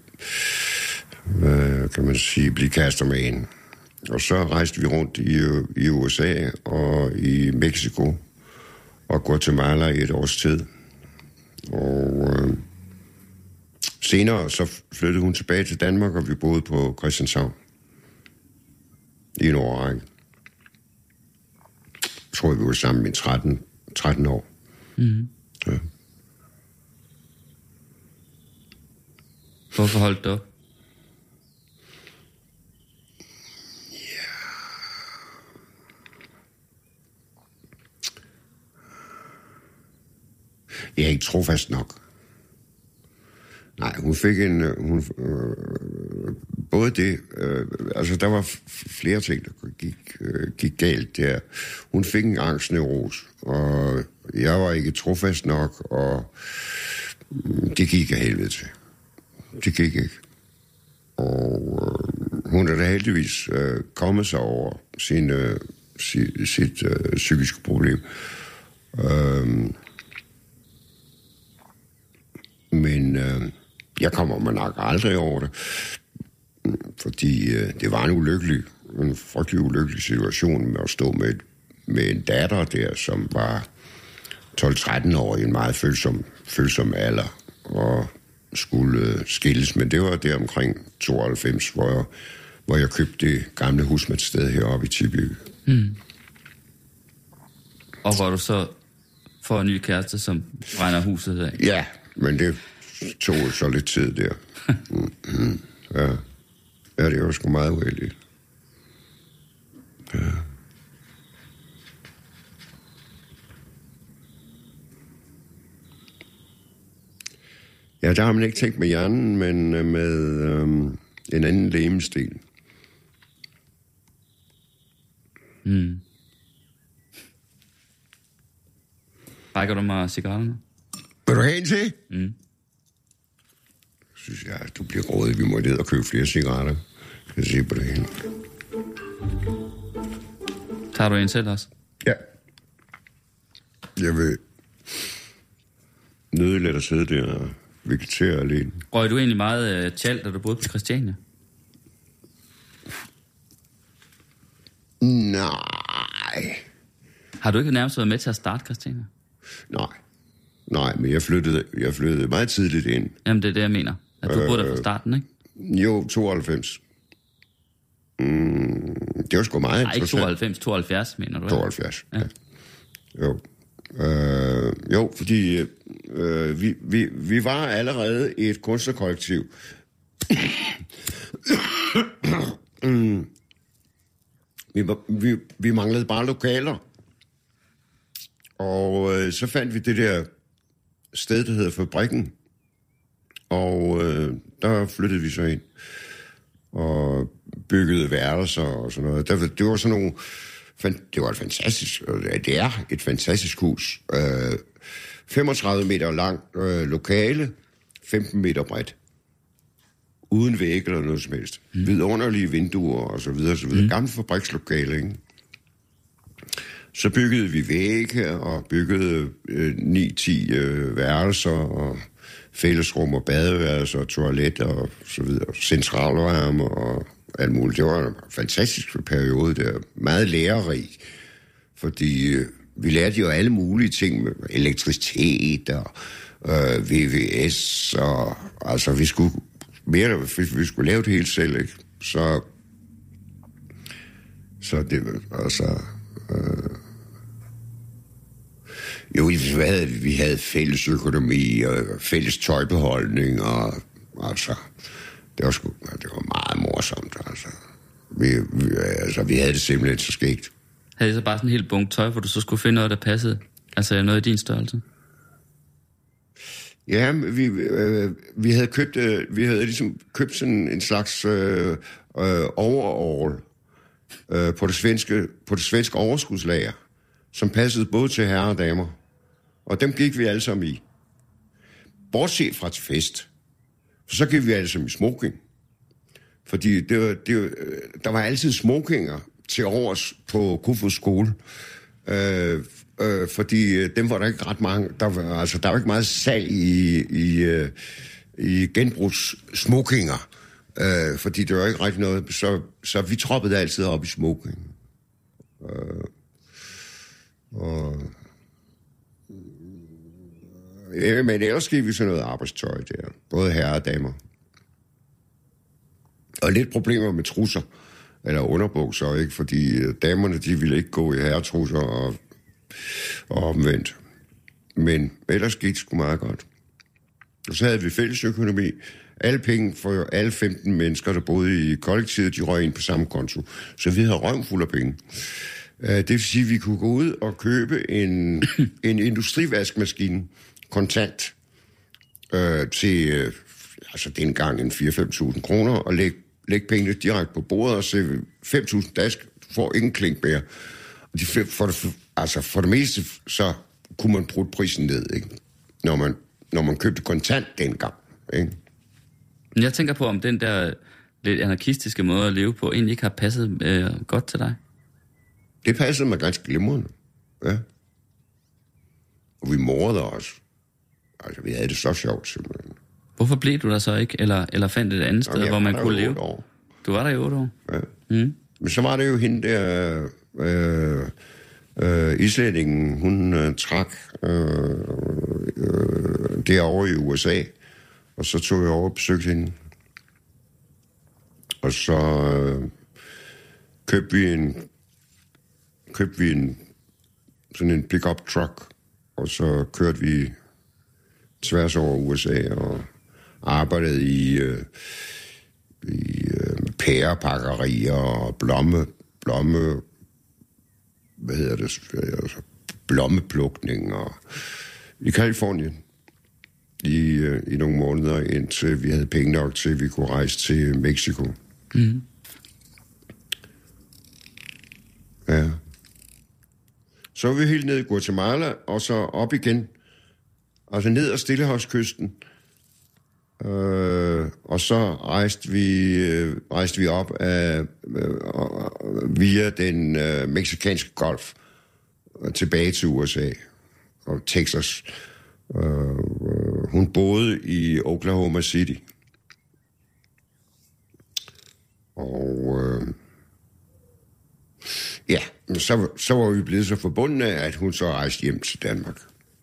kan man sige, blive kærester med hende. Og så rejste vi rundt i USA og i Mexico og Guatemala i et års tid. Og senere så flyttede hun tilbage til Danmark, og vi boede på Christianshavn i en årrække. Jeg tror, vi var sammen i 13 år. Mm. Ja. Hvorfor holdt du op? Jeg er ikke trofast nok. Nej, hun fik både det, altså der var flere ting, der gik galt der. Hun fik en angstneurose, og jeg var ikke trofast nok, og det gik af helvede til. Det gik ikke. Og hun er da heldigvis kommet sig over sit psykiske problem. Men jeg kommer mig nok aldrig over det, fordi det var en frygtelig ulykkelig situation med at stå med en datter der, som var 12-13 år i en meget følsom alder, og skulle skilles. Men det var der omkring 92, hvor jeg købte det gamle husmandssted heroppe i Tibirke. Mm. Og hvor du så får en ny kæreste, som brænder huset af? Ja, men det tog så lidt tid der. Ja, det var sgu meget uheldigt. Ja. Ja, der har man ikke tænkt med hjernen, men med en anden legemstil. Mm. Rækker du mig cigaretterne? Vil du have en til? Mm. Synes jeg, du bliver rådet. Vi må ned og købe flere cigaretter. Jeg kan se på det hele. Tager du en selv også? Ja. Jeg vil nødelig at sidde der og vegetere alene. Røg du egentlig meget tjalt, da du boede på Christiania? Nej. Har du ikke nærmest været med til at starte Christiania? Nej, men jeg flyttede meget tidligt ind. Jamen, det er det, jeg mener. At du boede der fra starten, ikke? Jo, 92. Det var sgu meget interessant. Nej, ikke 92, 72, mener du? 72, ja. Jo. Jo, fordi vi var allerede et kunstnerkollektiv. Vi manglede bare lokaler. Og så fandt vi det der sted, der hedder Fabrikken. Og der flyttede vi så ind. Og byggede værelser og sådan noget. Det var sådan nogle... Det var et fantastisk... Det er et fantastisk hus. 35 meter lang lokale, 15 meter bredt. Uden væg eller noget som helst. Vidunderlige vinduer og så videre, så videre. Gamle fabrikslokale, ikke? Så byggede vi vægge og byggede 9-10 værelser og fællesrum og badeværelser og toiletter og så videre. Centralvarme og alt muligt. Det var en fantastisk periode der. Meget lærerig. Fordi vi lærte jo alle mulige ting med elektricitet og VVS og altså vi skulle mere, hvis vi skulle lave det helt selv, ikke? Så det, altså... Jo, vi havde fælles økonomi og fælles tøjbeholdning, og altså, det var meget morsomt, altså. Vi havde det simpelthen så skægt. Havde I så bare sådan en helt bunke tøj, hvor du så skulle finde noget, der passede? Altså noget i din størrelse? Ja, vi havde ligesom købt sådan en slags overall på det svenske overskudslager, som passede både til herrer og damer. Og dem gik vi alle sammen i. Bortset fra til fest. Så gik vi alle sammen i smoking. Fordi der var altid smokinger til overs på Kofoeds skole. Fordi dem var der ikke ret mange. Der var ikke meget salg i genbrugssmokinger. Fordi det var ikke rigtig noget. Så vi troppede altid op i smoking. Men ellers gik vi sådan noget arbejdstøj der. Både herrer og damer. Og lidt problemer med trusser. Eller underbukser, ikke? Fordi damerne, de ville ikke gå i herretrusser og omvendt. Men ellers gik det sgu meget godt. Og så havde vi fælles økonomi. Alle penge for alle 15 mennesker, der boede i kollektivet, de røg ind på samme konto. Så vi havde røven fuld af penge. Det vil sige, at vi kunne gå ud og købe en industrivaskemaskine kontant til dengang en 4-5.000 kroner, og lægge pengene direkte på bordet og se 5.000 dask, du får ingen klink mere. For det meste, så kunne man bruge prisen ned, ikke? Når man købte kontant dengang, ikke? Jeg tænker på, om den der lidt anarkistiske måde at leve på egentlig ikke har passet godt til dig. Det passede mig ganske glimrende, ja. Og vi morede os. Altså, vi havde det så sjovt, simpelthen. Hvorfor blev du der så ikke, eller fandt et andet sted, hvor man kunne leve? 8 år. Du var der i 8 år? Ja. Mm. Men så var det jo hende der, islændingen, hun trak derovre i USA, og så tog jeg over og besøgte hende. Og så købte vi sådan en pick-up truck, og så kørte vi tværs over USA og arbejdede i pærepakkerier og blommeplukning og i Californien i nogle måneder, indtil vi havde penge nok til, at vi kunne rejse til Mexico. Mm. Ja. Så var vi helt ned i Guatemala, og så op igen, altså ned ad Stillehavskysten. Og så rejste vi op via den mexikanske golf tilbage til USA og Texas. Hun boede i Oklahoma City. Og så var vi blevet så forbundne, at hun så rejste hjem til Danmark.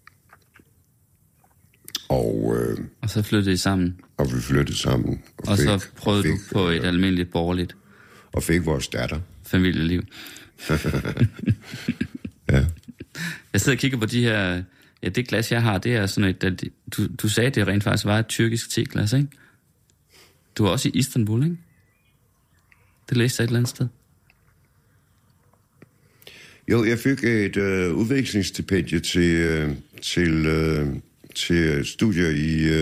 Og så flyttede I sammen? Og vi flyttede sammen. Og så prøvede du på et almindeligt borgerligt? Og fik vores datter. Familieliv. Ja. Jeg sidder og kigger på de her... Ja, det glas, jeg har, det er sådan et... Du sagde, det rent faktisk var et tyrkisk teglas, ikke? Du var også i Istanbul, ikke? Det læste jeg et eller andet sted. Jo, jeg fik et udvekslingsstipendie til studier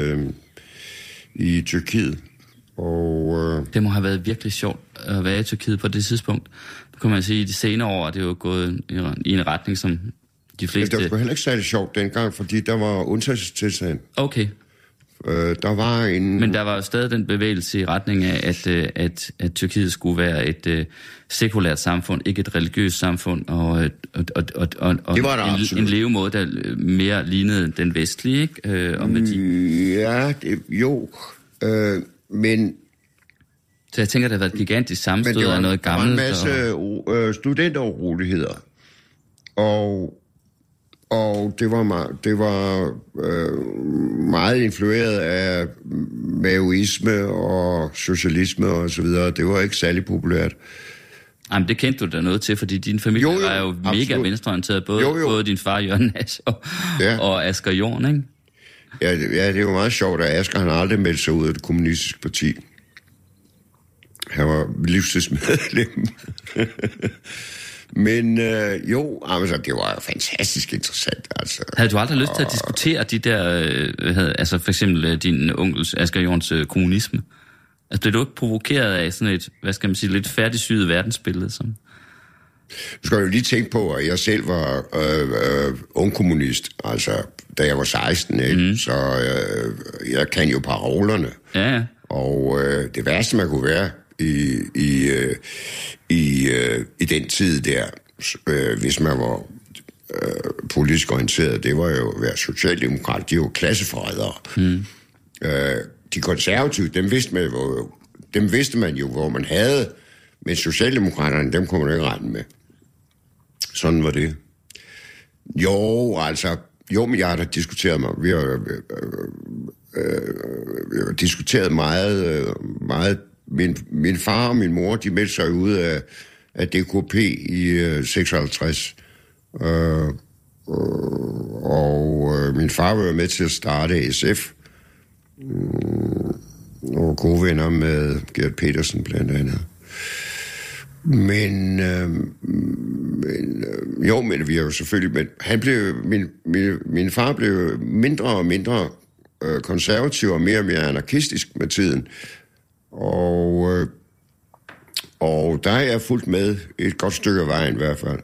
i Tyrkiet. Og det må have været virkelig sjovt at være i Tyrkiet på det tidspunkt. Det kan man sige, i de senere år, det er jo gået i en retning, som de fleste... Ja, det var heller ikke særlig sjovt dengang, fordi der var undtagelsestilstand. Okay. Der var en... Men der var jo stadig den bevægelse i retning af, at Tyrkiet skulle være et sekulært samfund, ikke et religiøst samfund, og det var der en levemåde, der mere lignede den vestlige, ikke? Og med ja, men... Så jeg tænker, der har været et gigantisk sammenstød af noget gammelt. Der var en masse studenteruroligheder, Og det var meget influeret af maoisme og socialisme og så videre. Det var ikke særlig populært. Jamen, det kendte du da noget til, fordi din familie var jo mega venstreorienteret. Både din far, Jørgen Nash, og Asger Jorn, ikke? Ja, det var meget sjovt, at Asger han aldrig meldte sig ud af det kommunistiske parti. Han var livstidsmedlem. Men altså, det var jo fantastisk interessant. Altså. Havde du aldrig lyst til at diskutere de der, altså for eksempel din onkels Asger Jorns kommunisme? Altså, blev du ikke provokeret af sådan et, hvad skal man sige, lidt færdigsyet verdensbillede? Som? Du skal jo lige tænke på, at jeg selv var ungkommunist, altså da jeg var 16, ikke? Så jeg kan jo parolerne. Ja. Og det værste, man kunne være i den tid der, hvis man var politisk orienteret, det var jo at være socialdemokrat. De var klasseforrædere. De konservative, dem vidste man jo, hvor man havde, men socialdemokraterne, dem kunne man ikke regne med. Sådan var det. Men jeg har da diskuteret mig. Vi har diskuteret meget. Min far og min mor, de meldte sig ud af DKP i 56. Min far var med til at starte SF. Og gode venner med Gert Petersen blandt andet. Men vi har jo selvfølgelig... Men min far blev mindre og mindre konservativ og mere anarkistisk med tiden. Og der er jeg fulgt med et godt stykke af vejen i hvert fald.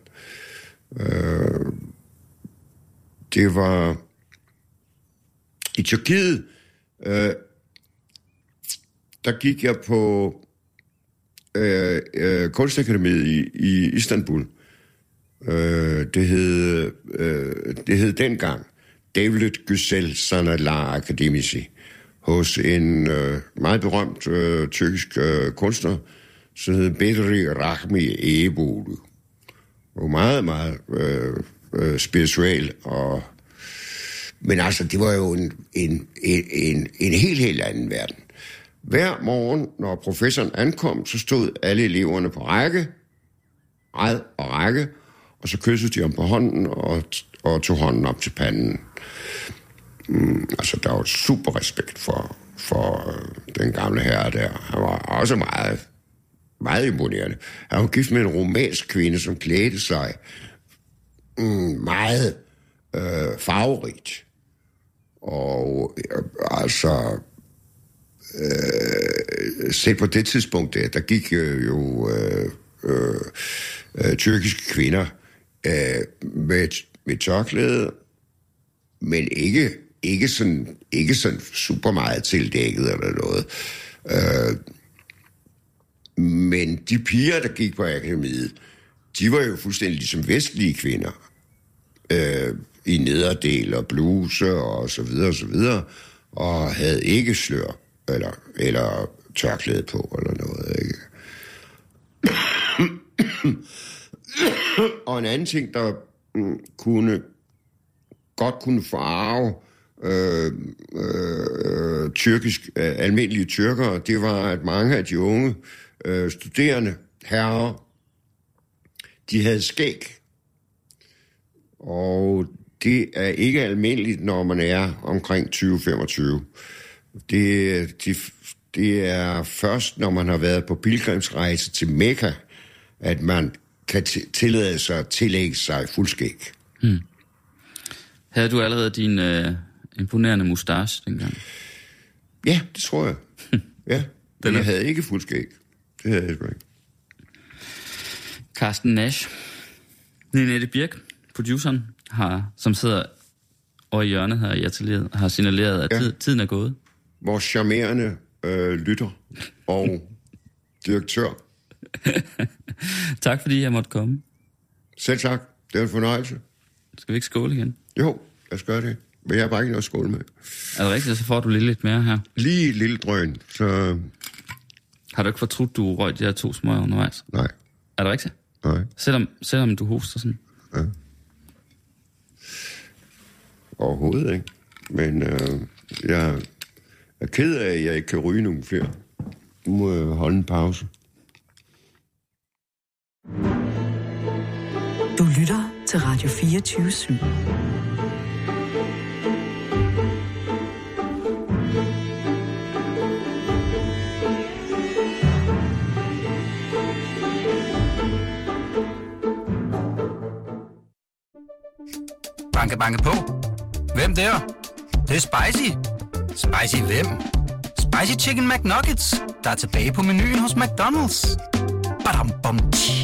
Det var... I Tyrkiet, der gik jeg på Kunstakademiet i Istanbul. Det hed dengang Devlet Güzel Sanatlar Akademisi, hos en meget berømt tyrkisk kunstner, som hed Bedri Rahmi Ebolu. Og meget, meget spirituel. Men altså, det var jo en helt anden verden. Hver morgen, når professoren ankom, så stod alle eleverne på række, og så kyssede de ham på hånden og tog hånden op til panden. Altså, der var super respekt for den gamle herre der. Han var også meget, meget imponerende. Han var gift med en rumænsk kvinde, som klædte sig meget farverigt. Og altså... selv på det tidspunkt der gik jo tyrkiske kvinder med tørklæde, men ikke sådan super meget tildækket eller noget. Men de piger, der gik på akademiet, de var jo fuldstændig ligesom vestlige kvinder. I nederdel og bluse og så videre, og havde ikke slør eller tørklæde på, eller noget, ikke? Og en anden ting, der godt kunne forarve almindelige tyrkere, det var, at mange af de unge studerende herrer, de havde skæg. Og det er ikke almindeligt, når man er omkring 20-25. Det er først, når man har været på pilgrimsrejse til Mekka, at man kan tillade sig at tillægge sig fuldskæg. Havde du allerede din imponerende mustache dengang? Ja, det tror jeg. Ja, men jeg havde ikke fuldskæg. Det havde jeg ikke. Carsten Nash, Ninette Birk, produceren, som sidder over i hjørnet her i atelieret, har signaleret, at tiden er gået. Vores charmerende lytter og direktør. Tak fordi jeg måtte komme. Selv tak. Det var en fornøjelse. Skal vi ikke skåle igen? Jo, lad os gøre det. Men jeg har bare ikke noget at skåle med. Er det rigtigt, så får du lidt mere her? Lige lille drøn, så... Har du ikke fortrudt, du røg de her 2 smøger undervejs? Nej. Er det rigtigt? Nej. Selvom du hoster sådan? Ja. overhovedet, ikke? Men jeg er ked af, at jeg ikke kan ryge nogen flere. Nu må jeg holde en pause. Du lytter til Radio 24/7. Banke, banke på. Hvem der? Det er spicy. Spicy hvem? Spicy Chicken McNuggets, der er tilbage på menuen hos McDonald's. Badum, bom, tji.